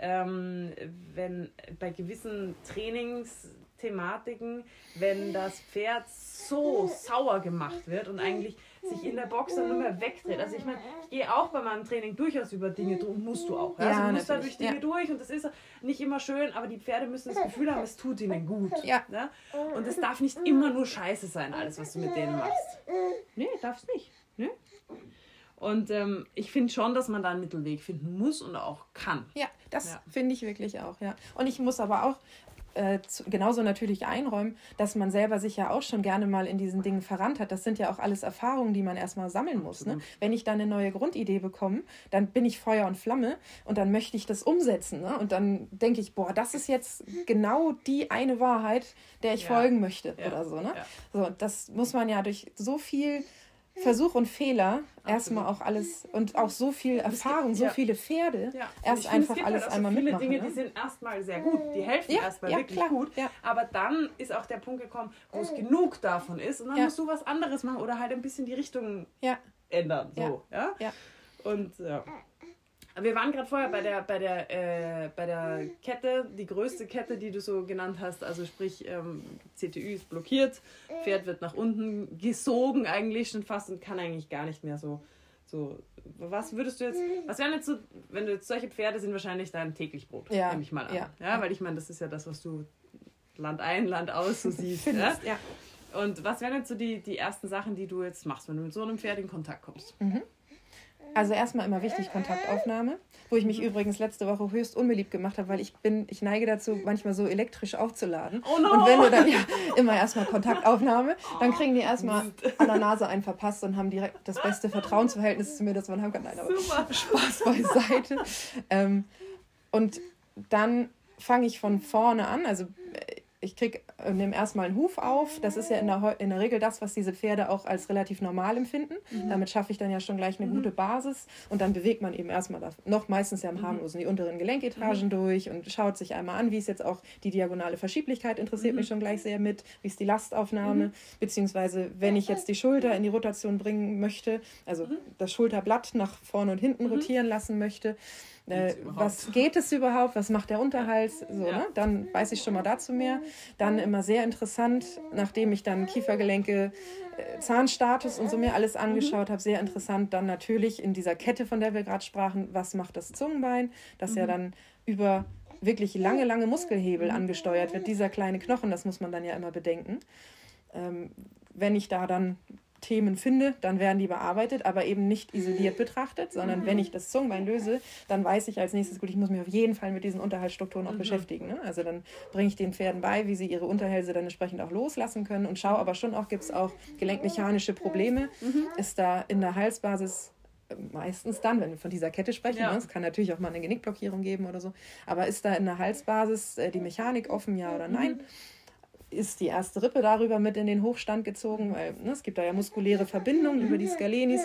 wenn bei gewissen Trainingsthematiken, wenn das Pferd so sauer gemacht wird und eigentlich sich in der Box dann nur mehr wegdreht. Also ich meine, ich gehe auch bei meinem Training durchaus über Dinge drüber, musst du auch. Ja? Also du musst da durch Dinge durch und das ist nicht immer schön, aber die Pferde müssen das Gefühl haben, es tut ihnen gut. Ja? Und es darf nicht immer nur Scheiße sein, alles, was du mit denen machst. Nee, darf es nicht. Nee? Und ich finde schon, dass man da einen Mittelweg finden muss und auch kann. Ja, das finde ich wirklich auch, ja. Und ich muss aber auch genauso natürlich einräumen, dass man selber sich ja auch schon gerne mal in diesen Dingen verrannt hat. Das sind ja auch alles Erfahrungen, die man erstmal sammeln muss. Ne? Wenn ich dann eine neue Grundidee bekomme, dann bin ich Feuer und Flamme und dann möchte ich das umsetzen. Ne? Und dann denke ich, boah, das ist jetzt genau die eine Wahrheit, der ich folgen möchte oder so. Ne? Ja. So, das muss man ja durch so viel Versuch und Fehler erstmal auch alles und auch so viel Erfahrung, so viele Pferde, erst einfach alles halt einmal viele mitmachen. Dinge, die sind erstmal sehr gut, die helfen erstmal wirklich gut, aber dann ist auch der Punkt gekommen, wo es genug davon ist und dann musst du was anderes machen oder halt ein bisschen die Richtung ändern. So, ja. Und wir waren gerade vorher bei der Kette, die größte Kette, die du so genannt hast, also sprich CTÜ ist blockiert, Pferd wird nach unten gesogen eigentlich schon fast und kann eigentlich gar nicht mehr so was wären jetzt so, wenn du jetzt solche Pferde sind wahrscheinlich dein täglich Brot, nehme ich mal an. Ja, weil ich meine, das ist ja das, was du Land ein, Land aus so siehst. Findest, ja. Und was wären jetzt so die ersten Sachen, die du jetzt machst, wenn du mit so einem Pferd in Kontakt kommst? Also erstmal immer wichtig Kontaktaufnahme, wo ich mich übrigens letzte Woche höchst unbeliebt gemacht habe, weil ich neige dazu, manchmal so elektrisch aufzuladen. Oh no. Und wenn du dann immer erstmal Kontaktaufnahme, dann kriegen die erstmal an der Nase einen verpasst und haben direkt das beste Vertrauensverhältnis zu mir, das man haben kann. Nein, aber Spaß beiseite. Und dann fange ich von vorne an, also ich nehme erstmal einen Huf auf. Das ist ja in der Regel das, was diese Pferde auch als relativ normal empfinden. Damit schaffe ich dann ja schon gleich eine gute Basis. Und dann bewegt man eben erstmal noch meistens ja im harmlosen die unteren Gelenketagen durch und schaut sich einmal an, wie ist jetzt auch die diagonale Verschieblichkeit, interessiert mich schon gleich sehr mit, wie ist die Lastaufnahme, beziehungsweise wenn ich jetzt die Schulter in die Rotation bringen möchte, also das Schulterblatt nach vorne und hinten rotieren lassen möchte, was geht es überhaupt, was macht der Unterhals, ne? Dann weiß ich schon mal dazu mehr. Dann immer sehr interessant, nachdem ich dann Kiefergelenke, Zahnstatus und so mir alles angeschaut habe, sehr interessant dann natürlich in dieser Kette, von der wir gerade sprachen, was macht das Zungenbein, das ja dann über wirklich lange Muskelhebel angesteuert wird, dieser kleine Knochen, das muss man dann ja immer bedenken. Wenn ich da dann Themen finde, dann werden die bearbeitet, aber eben nicht isoliert betrachtet, sondern wenn ich das Zungenbein löse, dann weiß ich als nächstes, gut, ich muss mich auf jeden Fall mit diesen Unterhaltsstrukturen auch beschäftigen. Ne? Also dann bringe ich den Pferden bei, wie sie ihre Unterhälse dann entsprechend auch loslassen können und schaue aber schon auch, gibt es auch gelenkmechanische Probleme, ist da in der Halsbasis meistens dann, wenn wir von dieser Kette sprechen, ne? Es kann natürlich auch mal eine Genickblockierung geben oder so, aber ist da in der Halsbasis die Mechanik offen, ja oder nein? Ist die erste Rippe darüber mit in den Hochstand gezogen, weil es gibt da ja muskuläre Verbindungen über die Scalenis.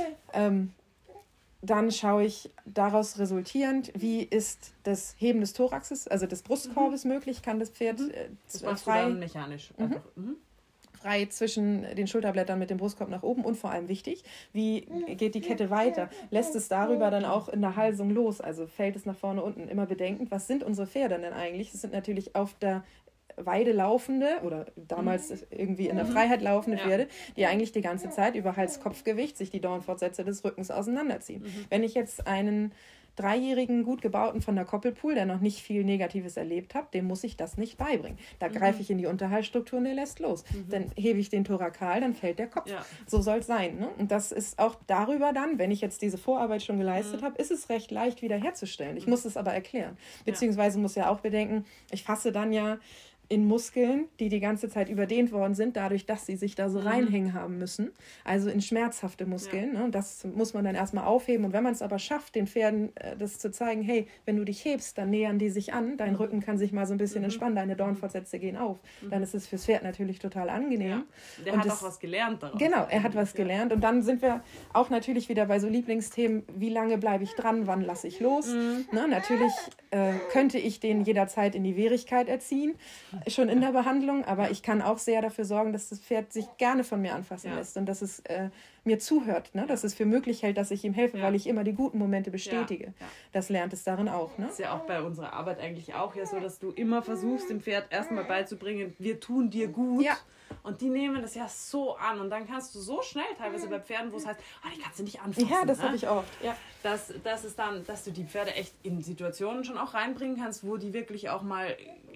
Dann schaue ich daraus resultierend, wie ist das Heben des Thoraxes, also des Brustkorbes möglich, kann das Pferd das machst frei, du dann mechanisch frei zwischen den Schulterblättern mit dem Brustkorb nach oben und vor allem wichtig, wie geht die Kette weiter? Lässt es darüber dann auch in der Halsung los? Also fällt es nach vorne unten? Immer bedenkend, was sind unsere Pferde denn eigentlich? Das sind natürlich auf der Weide laufende oder damals irgendwie in der Freiheit laufende Pferde, die eigentlich die ganze Zeit über Hals-Kopfgewicht sich die Dornfortsätze des Rückens auseinanderziehen. Wenn ich jetzt einen 3-jährigen, gut gebauten von der Koppelpool, der noch nicht viel Negatives erlebt hat, dem muss ich das nicht beibringen. Da greife ich in die Unterhaltsstruktur und der lässt los. Dann hebe ich den Thorakal, dann fällt der Kopf. Ja. So soll es sein. Ne? Und das ist auch darüber dann, wenn ich jetzt diese Vorarbeit schon geleistet habe, ist es recht leicht wiederherzustellen. Ich muss es aber erklären. Beziehungsweise muss ja auch bedenken, ich fasse dann ja in Muskeln, die die ganze Zeit überdehnt worden sind, dadurch, dass sie sich da so reinhängen haben müssen. Also in schmerzhafte Muskeln. Ne? Das muss man dann erstmal aufheben. Und wenn man es aber schafft, den Pferden das zu zeigen, hey, wenn du dich hebst, dann nähern die sich an, dein Rücken kann sich mal so ein bisschen entspannen, deine Dornfortsätze gehen auf. Dann ist es fürs Pferd natürlich total angenehm. Ja. Der hat auch was gelernt daraus. Genau, er hat was gelernt. Und dann sind wir auch natürlich wieder bei so Lieblingsthemen, wie lange bleibe ich dran, wann lasse ich los. Ne? Natürlich könnte ich den jederzeit in die Wehrigkeit erziehen, schon in der Behandlung, aber ich kann auch sehr dafür sorgen, dass das Pferd sich gerne von mir anfassen lässt und dass es mir zuhört, ne? Dass es für möglich hält, dass ich ihm helfe, weil ich immer die guten Momente bestätige. Ja. Das lernt es darin auch. Ne? Das ist ja auch bei unserer Arbeit eigentlich auch ja so, dass du immer versuchst, dem Pferd erstmal beizubringen, wir tun dir gut. Ja. Und die nehmen das ja so an. Und dann kannst du so schnell, teilweise bei Pferden, wo es heißt, die kannst du nicht anfassen. Ja, das habe ich oft. Ja. Das ist dann, dass du die Pferde echt in Situationen schon auch reinbringen kannst, wo die wirklich auch mal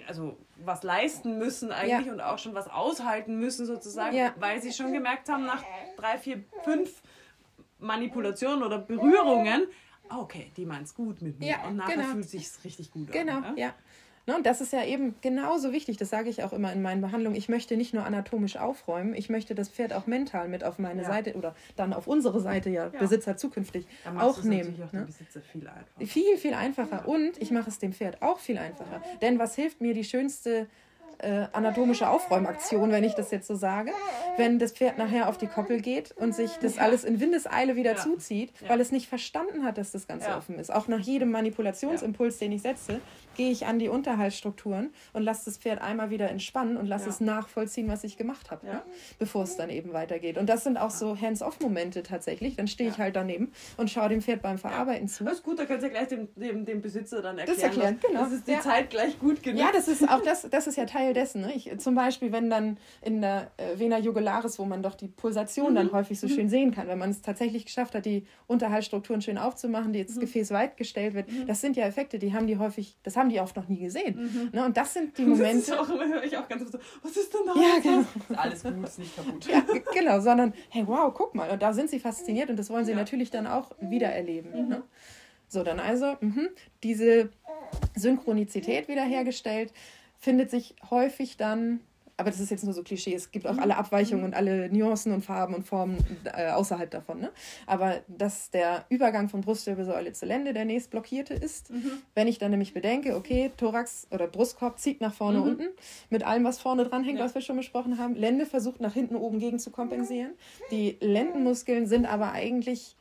was leisten müssen eigentlich und auch schon was aushalten müssen sozusagen, weil sie schon gemerkt haben, nach 3, 4, 5 Manipulationen oder Berührungen, okay, die meint es gut mit mir. Ja, und nachher fühlt es sich richtig gut an. Genau, ja. Ne, und das ist ja eben genauso wichtig, das sage ich auch immer in meinen Behandlungen. Ich möchte nicht nur anatomisch aufräumen, ich möchte das Pferd auch mental mit auf meine Seite oder dann auf unsere Seite, Besitzer zukünftig auch nehmen. Auch den Besitzer viel einfacher. Viel, viel einfacher. Und ich mache es dem Pferd auch viel einfacher. Denn was hilft mir die schönste anatomische Aufräumaktion, wenn ich das jetzt so sage, wenn das Pferd nachher auf die Koppel geht und sich das alles in Windeseile wieder zuzieht, weil es nicht verstanden hat, dass das Ganze offen ist. Auch nach jedem Manipulationsimpuls, den ich setze, gehe ich an die Unterhaltsstrukturen und lasse das Pferd einmal wieder entspannen und lasse es nachvollziehen, was ich gemacht habe, ne? Bevor es dann eben weitergeht. Und das sind auch so Hands-off-Momente tatsächlich. Dann stehe ich halt daneben und schaue dem Pferd beim Verarbeiten zu. Das ist gut, da könnt ihr gleich dem Besitzer dann erklären. Das erklären, genau. Das ist die Zeit gleich gut genug. Ja, das ist auch das ist ja Teil dessen. Ne? Zum Beispiel, wenn dann in der Vena jugularis, wo man doch die Pulsation dann häufig so schön sehen kann, wenn man es tatsächlich geschafft hat, die Unterhaltsstrukturen schön aufzumachen, die das Gefäß weit gestellt wird, das sind ja Effekte, das haben die oft noch nie gesehen. Ne? Und das sind die Momente... Das ist auch immer, höre ich auch ganz oft so, was ist denn da? Ja, genau. Ist alles gut, ist nicht kaputt. Ja, genau, sondern, hey, wow, guck mal, und da sind sie fasziniert und das wollen sie natürlich dann auch wiedererleben. Ne? So, dann also diese Synchronizität wiederhergestellt, findet sich häufig dann, aber das ist jetzt nur so Klischee, es gibt auch alle Abweichungen und alle Nuancen und Farben und Formen außerhalb davon. Ne? Aber dass der Übergang von Brustwirbelsäule zur Lende der nächst blockierte ist, wenn ich dann nämlich bedenke, okay, Thorax oder Brustkorb zieht nach vorne unten, mit allem, was vorne dran hängt, was wir schon besprochen haben. Lende versucht nach hinten oben gegen zu kompensieren. Die Lendenmuskeln sind aber eigentlich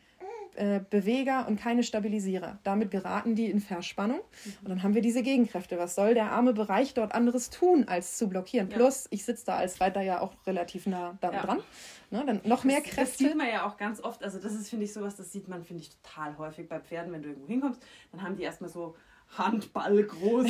Beweger und keine Stabilisierer. Damit geraten die in Verspannung und dann haben wir diese Gegenkräfte. Was soll der arme Bereich dort anderes tun, als zu blockieren? Plus, ich sitze da als Reiter ja auch relativ nah dran. Ne, dann noch mehr Kräfte. Das sieht man ja auch ganz oft, also das ist, finde ich, sowas, das sieht man, finde ich, total häufig bei Pferden, wenn du irgendwo hinkommst, dann haben die erstmal so handballgroße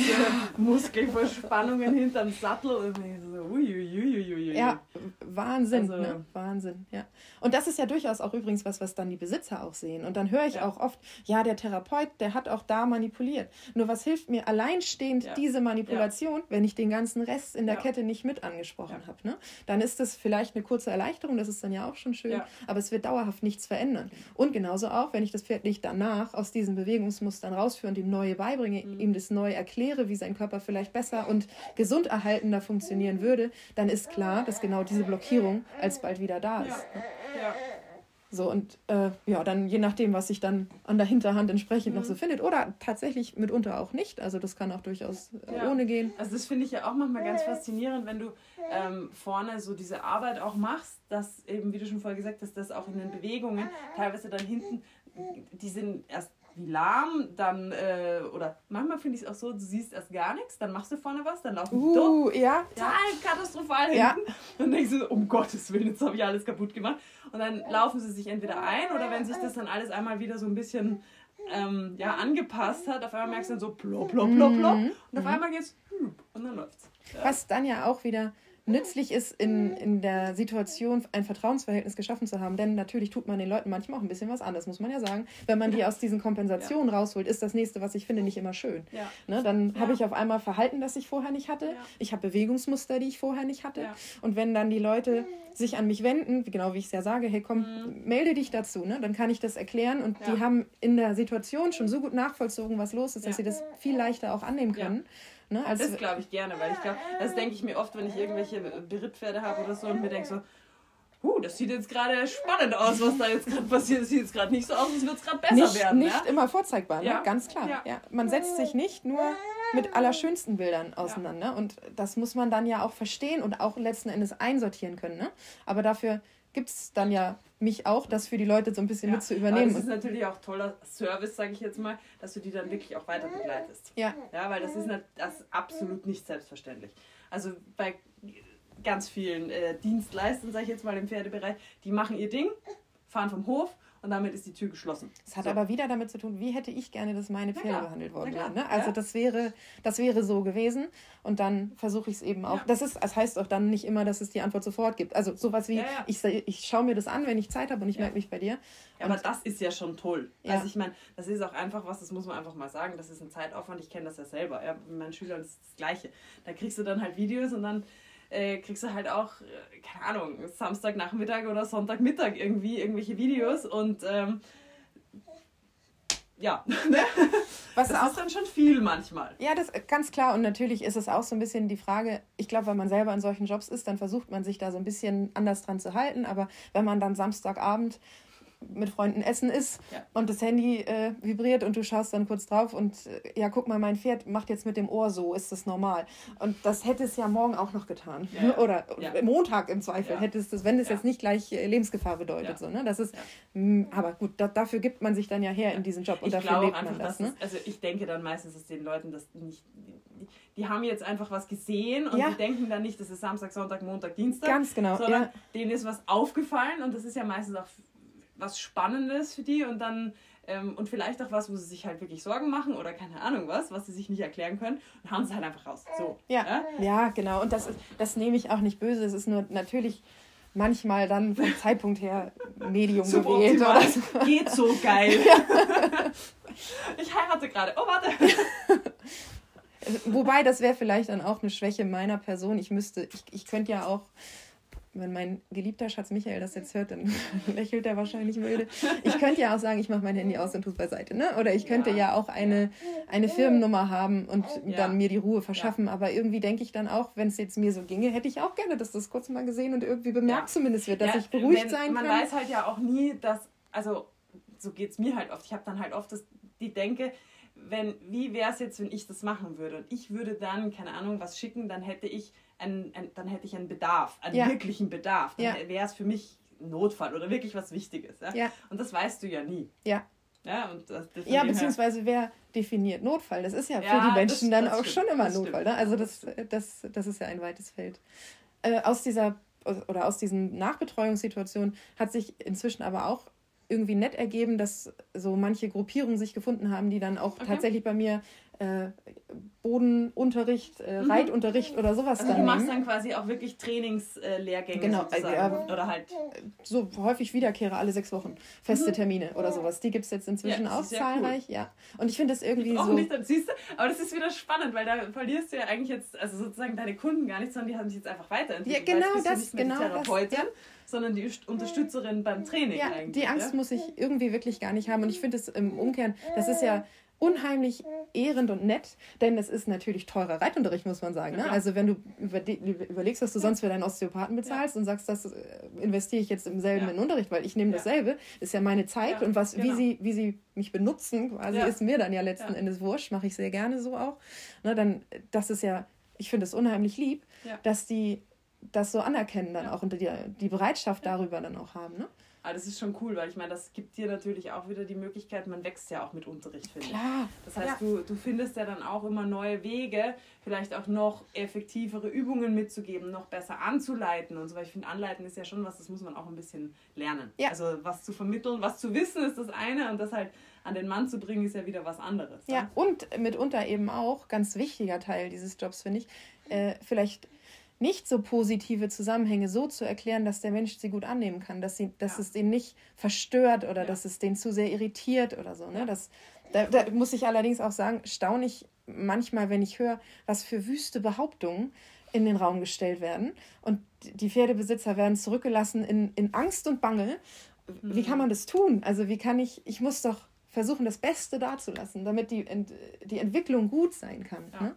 Muskelverspannungen hinterm Sattel und so, uiuiuiui. Ja, Wahnsinn, also, ne? Wahnsinn, ja. Und das ist ja durchaus auch übrigens was dann die Besitzer auch sehen. Und dann höre ich auch oft, ja, der Therapeut, der hat auch da manipuliert. Nur was hilft mir alleinstehend diese Manipulation, wenn ich den ganzen Rest in der Kette nicht mit angesprochen habe, ne? Dann ist das vielleicht eine kurze Erleichterung, das ist dann ja auch schon schön, aber es wird dauerhaft nichts verändern. Und genauso auch, wenn ich das Pferd nicht danach aus diesen Bewegungsmustern rausführe und ihm neue beibringe, ihm das neu erkläre, wie sein Körper vielleicht besser und gesund erhaltender funktionieren würde, dann ist klar, dass genau diese Blockierung alsbald wieder da ist. Ja. So, und dann je nachdem, was sich dann an der Hinterhand entsprechend noch so findet oder tatsächlich mitunter auch nicht, also das kann auch durchaus ohne gehen. Also das finde ich ja auch manchmal ganz faszinierend, wenn du vorne so diese Arbeit auch machst, dass eben, wie du schon vorher gesagt hast, dass auch in den Bewegungen teilweise dann hinten, die sind erst wie lahm, dann, oder manchmal finde ich es auch so, du siehst erst gar nichts, dann machst du vorne was, dann laufen die total katastrophal hinten. Und denkst du, um Gottes Willen, jetzt habe ich alles kaputt gemacht. Und dann laufen sie sich entweder ein oder wenn sich das dann alles einmal wieder so ein bisschen angepasst hat, auf einmal merkst du dann so plopp, plopp, plopp, plopp. Und auf einmal geht's und dann läuft's. Ja. Was dann ja auch wieder nützlich ist, in der Situation ein Vertrauensverhältnis geschaffen zu haben, denn natürlich tut man den Leuten manchmal auch ein bisschen was anderes, muss man ja sagen. Wenn man die aus diesen Kompensationen rausholt, ist das nächste, was ich finde, nicht immer schön. Ja. Ne, dann habe ich auf einmal Verhalten, das ich vorher nicht hatte. Ja. Ich habe Bewegungsmuster, die ich vorher nicht hatte. Ja. Und wenn dann die Leute sich an mich wenden, genau wie ich es ja sage, hey komm, melde dich dazu, ne? Dann kann ich das erklären und die haben in der Situation schon so gut nachvollzogen, was los ist, dass sie das viel leichter auch annehmen können. Ne? Also, das glaube ich gerne, weil ich glaube, das denke ich mir oft, wenn ich irgendwelche Berittpferde habe oder so und mir denke so, das sieht jetzt gerade spannend aus, was da jetzt gerade passiert. Das sieht jetzt gerade nicht so aus, als würde es gerade besser werden. Nicht immer vorzeigbar, ne? Ganz klar. Ja. Ja. Man setzt sich nicht nur mit allerschönsten Bildern auseinander. Ja. Und das muss man dann ja auch verstehen und auch letzten Endes einsortieren können. Ne? Aber dafür gibt es dann ja mich auch, das für die Leute so ein bisschen mit zu übernehmen. Aber das ist natürlich auch toller Service, sage ich jetzt mal, dass du die dann wirklich auch weiter begleitest. Ja. Ja, weil das ist absolut nicht selbstverständlich. Also bei ganz vielen Dienstleistern, sage ich jetzt mal im Pferdebereich, die machen ihr Ding, fahren vom Hof und damit ist die Tür geschlossen. Das hat aber wieder damit zu tun, wie hätte ich gerne, dass meine Pferde behandelt worden wären. Ne? Also ja. das wäre so gewesen und dann versuche ich es eben auch. Ja. Das heißt auch dann nicht immer, dass es die Antwort sofort gibt. Also sowas wie, ich schaue mir das an, wenn ich Zeit habe und ich melde mich bei dir. Ja, aber das ist ja schon toll. Ja. Also ich meine, das ist auch einfach was, das muss man einfach mal sagen, das ist ein Zeitaufwand, ich kenne das ja selber. Ja, mit meinen Schülern ist das Gleiche. Da kriegst du dann halt Videos und dann kriegst du halt auch, keine Ahnung, Samstagnachmittag oder Sonntagmittag irgendwelche Videos und das ist dann schon viel manchmal. Ja, das ganz klar und natürlich ist es auch so ein bisschen die Frage, ich glaube, wenn man selber in solchen Jobs ist, dann versucht man sich da so ein bisschen anders dran zu halten, aber wenn man dann Samstagabend mit Freunden essen ist und das Handy vibriert und du schaust dann kurz drauf und guck mal, mein Pferd macht jetzt mit dem Ohr so, ist das normal? Und das hätte es ja morgen auch noch getan. Ja. Oder Montag im Zweifel hätte es das, wenn es jetzt nicht gleich Lebensgefahr bedeutet. Ja. So, ne? Das ist, aber gut, dafür gibt man sich dann ja her in diesen Job und dafür lebt man das. Ne? Also ich denke dann meistens, dass den Leuten das nicht... Die haben jetzt einfach was gesehen und die denken dann nicht, das ist Samstag, Sonntag, Montag, Dienstag. Ganz genau. Sondern denen ist was aufgefallen und das ist ja meistens auch was Spannendes für die und dann und vielleicht auch was, wo sie sich halt wirklich Sorgen machen oder keine Ahnung was sie sich nicht erklären können und hauen es halt einfach raus. So. Ja, genau. Und das nehme ich auch nicht böse. Es ist nur natürlich manchmal dann vom Zeitpunkt her Medium gewählt. Oder so. Geht so geil. Ich heirate gerade. Oh, warte. Wobei, das wäre vielleicht dann auch eine Schwäche meiner Person. Ich könnte ja auch, wenn mein geliebter Schatz Michael das jetzt hört, dann lächelt er wahrscheinlich müde. Ich könnte ja auch sagen, ich mache mein Handy aus und tue es beiseite. Ne? Oder ich könnte ja auch eine Firmennummer haben und dann mir die Ruhe verschaffen. Aber irgendwie denke ich dann auch, wenn es jetzt mir so ginge, hätte ich auch gerne, dass das kurz mal gesehen und irgendwie bemerkt zumindest wird, dass ich beruhigt sein kann. Man weiß halt ja auch nie, dass, also so geht es mir halt oft. Ich habe dann halt oft die Denke, wie wäre es jetzt, wenn ich das machen würde? Und ich würde dann, keine Ahnung, was schicken, dann hätte ich einen Bedarf, einen wirklichen Bedarf. Dann wäre es für mich ein Notfall oder wirklich was Wichtiges. Ja? Und das weißt du ja nie. Ja. Und beziehungsweise wer definiert Notfall? Das ist ja für die Menschen dann auch schon immer ein Notfall. Ne? Also das ist ja ein weites Feld. Aus diesen Nachbetreuungssituationen hat sich inzwischen aber auch irgendwie nett ergeben, dass so manche Gruppierungen sich gefunden haben, die dann auch tatsächlich bei mir Bodenunterricht, Reitunterricht oder sowas also dann du machst dann quasi auch wirklich Trainingslehrgänge sozusagen. Oder halt so häufig Wiederkehrer alle 6 Wochen. Feste Termine oder sowas. Die gibt es jetzt inzwischen auch zahlreich. Cool. Ja. Und ich finde das irgendwie auch so... Nicht, siehst du? Aber das ist wieder spannend, weil da verlierst du ja eigentlich jetzt, also sozusagen deine Kunden gar nicht, sondern die haben sich jetzt einfach weiterentwickelt. Ja, genau das. Nicht mehr die Therapeutin, sondern die Unterstützerin beim Training eigentlich. Die Angst muss ich irgendwie wirklich gar nicht haben. Und ich finde es im Umkehren, das ist ja unheimlich ehrend und nett, denn es ist natürlich teurer Reitunterricht, muss man sagen. Ne? Also wenn du überlegst, was du sonst für deinen Osteopathen bezahlst und sagst, das investiere ich jetzt im selben in Unterricht, weil ich nehme dasselbe, ist ja meine Zeit und wie sie mich benutzen, quasi ist mir dann ja letzten Endes wurscht, mache ich sehr gerne so auch. Ne, dann, das ist ja, ich finde es unheimlich lieb, dass die das so anerkennen dann auch und die Bereitschaft darüber dann auch haben. Ne? Aber das ist schon cool, weil ich meine, das gibt dir natürlich auch wieder die Möglichkeit, man wächst ja auch mit Unterricht, finde ich. Klar. Das heißt, du findest ja dann auch immer neue Wege, vielleicht auch noch effektivere Übungen mitzugeben, noch besser anzuleiten und so, weil ich finde, anleiten ist ja schon was, das muss man auch ein bisschen lernen. Ja. Also was zu vermitteln, was zu wissen ist das eine und das halt an den Mann zu bringen ist ja wieder was anderes. Ja, und mitunter eben auch, ganz wichtiger Teil dieses Jobs, finde ich, vielleicht nicht so positive Zusammenhänge so zu erklären, dass der Mensch sie gut annehmen kann, dass es den nicht verstört oder dass es den zu sehr irritiert oder so. Ne? Da muss ich allerdings auch sagen, staune ich manchmal, wenn ich höre, was für wüste Behauptungen in den Raum gestellt werden und die Pferdebesitzer werden zurückgelassen in Angst und Bange. Wie kann man das tun? Also ich muss doch versuchen, das Beste dazulassen, damit die Entwicklung gut sein kann. Ja. Ne?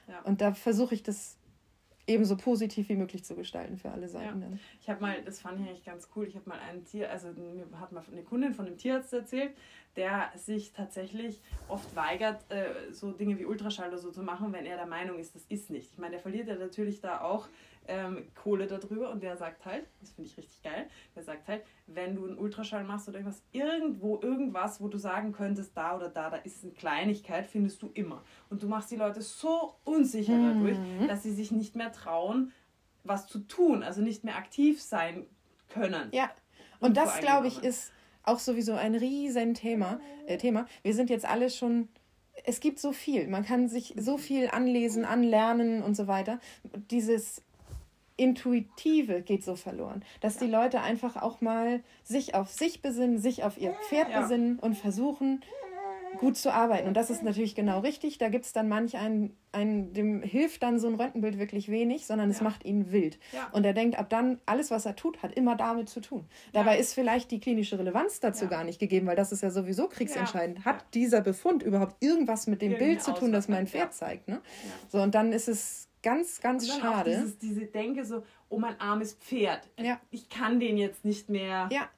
Ja. Und da versuche ich das eben so positiv wie möglich zu gestalten für alle Seiten. Ja. Ich habe mal, das fand ich eigentlich ganz cool, ich habe mal mir hat mal eine Kundin von einem Tierarzt erzählt, der sich tatsächlich oft weigert, so Dinge wie Ultraschall oder so zu machen, wenn er der Meinung ist, das ist nicht. Ich meine, der verliert ja natürlich da auch Kohle darüber und der sagt halt, das finde ich richtig geil, der sagt halt, wenn du einen Ultraschall machst oder irgendwas, wo du sagen könntest, da oder da ist eine Kleinigkeit, findest du immer. Und du machst die Leute so unsicher dadurch, dass sie sich nicht mehr trauen, was zu tun, also nicht mehr aktiv sein können. Ja, und das, glaube ich, ist auch sowieso ein riesen Thema. Wir sind jetzt alle schon, es gibt so viel, man kann sich so viel anlesen, anlernen und so weiter. Dieses Intuitive geht so verloren, dass die Leute einfach auch mal sich auf sich besinnen, sich auf ihr Pferd besinnen und versuchen, gut zu arbeiten. Und das ist natürlich genau richtig. Da gibt es dann manch einen, dem hilft dann so ein Röntgenbild wirklich wenig, sondern es macht ihn wild. Ja. Und er denkt, ab dann, alles, was er tut, hat immer damit zu tun. Dabei ist vielleicht die klinische Relevanz dazu gar nicht gegeben, weil das ist ja sowieso kriegsentscheidend. Hat dieser Befund überhaupt irgendwas mit dem Bild zu tun, das mein Pferd zeigt? Ne? Ja. So, und dann ist es ganz, ganz und dann schade. Auch diese Denke so, oh, mein armes Pferd. Ja. Ich kann den jetzt nicht mehr... Ja.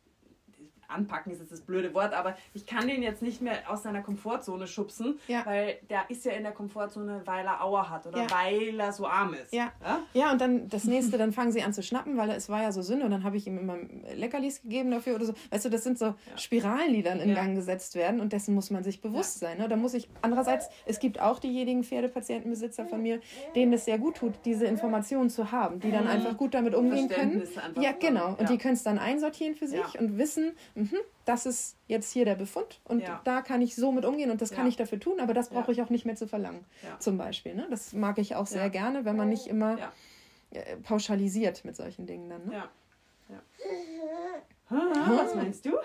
Anpacken ist jetzt das blöde Wort, aber ich kann den jetzt nicht mehr aus seiner Komfortzone schubsen, weil der ist ja in der Komfortzone, weil er Aua hat oder weil er so arm ist. Ja, und dann das nächste, dann fangen sie an zu schnappen, weil es war ja so Sünde und dann habe ich ihm immer Leckerlis gegeben dafür oder so. Weißt du, das sind so Spiralen, die dann in Gang gesetzt werden und dessen muss man sich bewusst sein. Ne? Da muss ich, andererseits, es gibt auch diejenigen Pferdepatientenbesitzer von mir, denen es sehr gut tut, diese Informationen zu haben, die dann einfach gut damit umgehen können. Ja, genau. Und die können es dann einsortieren für sich und wissen, das ist jetzt hier der Befund und da kann ich so mit umgehen und das kann ich dafür tun, aber das brauche ich auch nicht mehr zu verlangen, zum Beispiel. Ne? Das mag ich auch sehr gerne, wenn man nicht immer pauschalisiert mit solchen Dingen dann. Ne? Was meinst du?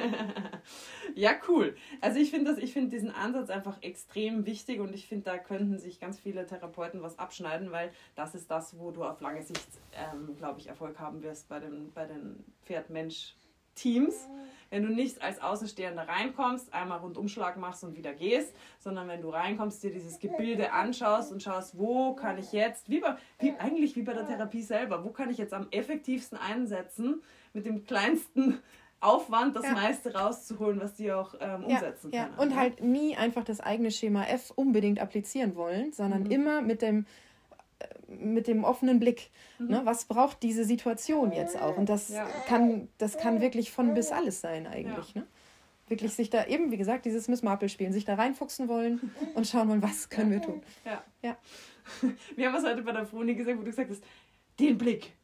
Ja, cool. Also ich finde diesen Ansatz einfach extrem wichtig und ich finde, da könnten sich ganz viele Therapeuten was abschneiden, weil das ist das, wo du auf lange Sicht, glaube ich, Erfolg haben wirst bei den Pferd-Mensch-Teams. Wenn du nicht als Außenstehender reinkommst, einmal Rundumschlag machst und wieder gehst, sondern wenn du reinkommst, dir dieses Gebilde anschaust und schaust, wo kann ich jetzt, eigentlich wie bei der Therapie selber, wo kann ich jetzt am effektivsten einsetzen, mit dem kleinsten Aufwand das meiste rauszuholen, was die auch umsetzen können. Ja. Und halt nie einfach das eigene Schema F unbedingt applizieren wollen, sondern immer mit dem offenen Blick. Ne? Was braucht diese Situation jetzt auch? Und das kann wirklich von bis alles sein eigentlich. Ne? Wirklich sich da eben, wie gesagt, dieses Miss Marple spielen, sich da reinfuchsen wollen und schauen wollen, was können wir tun. Ja. Wir haben es heute bei der Froni gesagt, wo du gesagt hast, den Blick,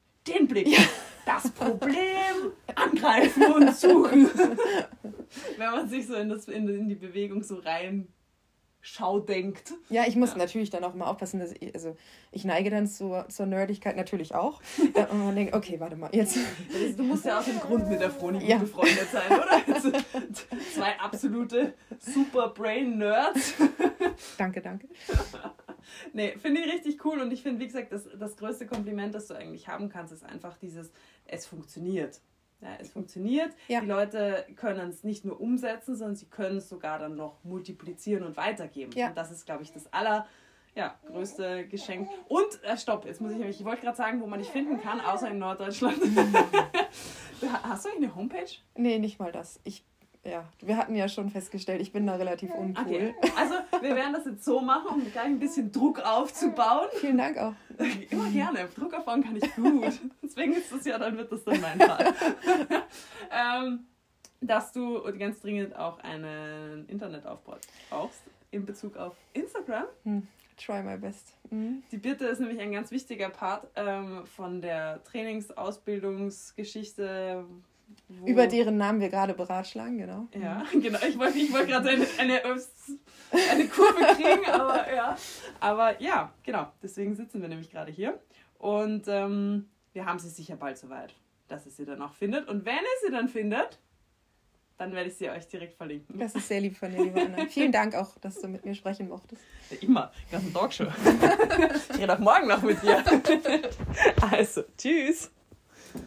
das Problem angreifen und suchen. Wenn man sich so in die Bewegung so rein denkt. Ja, ich muss natürlich dann auch mal aufpassen, dass ich neige dann zur Nerdigkeit natürlich auch. Und man denkt, okay, warte mal, jetzt. Du musst ja aus dem Grund mit der Froni gut befreundet sein, oder? Also, 2 absolute Super-Brain-Nerds. Danke. Nee, finde ich richtig cool und ich finde, wie gesagt, das größte Kompliment, das du eigentlich haben kannst, ist einfach dieses, es funktioniert. Ja, es funktioniert. Ja. Die Leute können es nicht nur umsetzen, sondern sie können es sogar dann noch multiplizieren und weitergeben. Ja. Und das ist, glaube ich, das größte Geschenk. Und, stopp, jetzt muss ich wollte gerade sagen, wo man dich finden kann, außer in Norddeutschland. Hast du eigentlich eine Homepage? Nee, nicht mal das. Wir hatten ja schon festgestellt, ich bin da relativ uncool. Okay. Also, wir werden das jetzt so machen, um gleich ein bisschen Druck aufzubauen. Vielen Dank auch. Immer gerne. Druck aufbauen kann ich gut. Deswegen ist das dann wird das dann mein Fall. Dass du ganz dringend auch einen Internetaufbau brauchst in Bezug auf Instagram. Try my best. Die Birte ist nämlich ein ganz wichtiger Part von der Ausbildungsgeschichte. Über deren Namen wir gerade beratschlagen, genau. Ja, genau. Ich wollte gerade eine Kurve kriegen, aber ja, genau. Deswegen sitzen wir nämlich gerade hier. Und wir haben sie sicher bald soweit, dass ihr sie dann auch findet. Und wenn ihr sie dann findet, dann werde ich sie euch direkt verlinken. Das ist sehr lieb von dir, liebe Anna. Vielen Dank auch, dass du mit mir sprechen mochtest. Ja, immer. Ganz ein Talkshow. Ich rede auch morgen noch mit dir. Also, tschüss.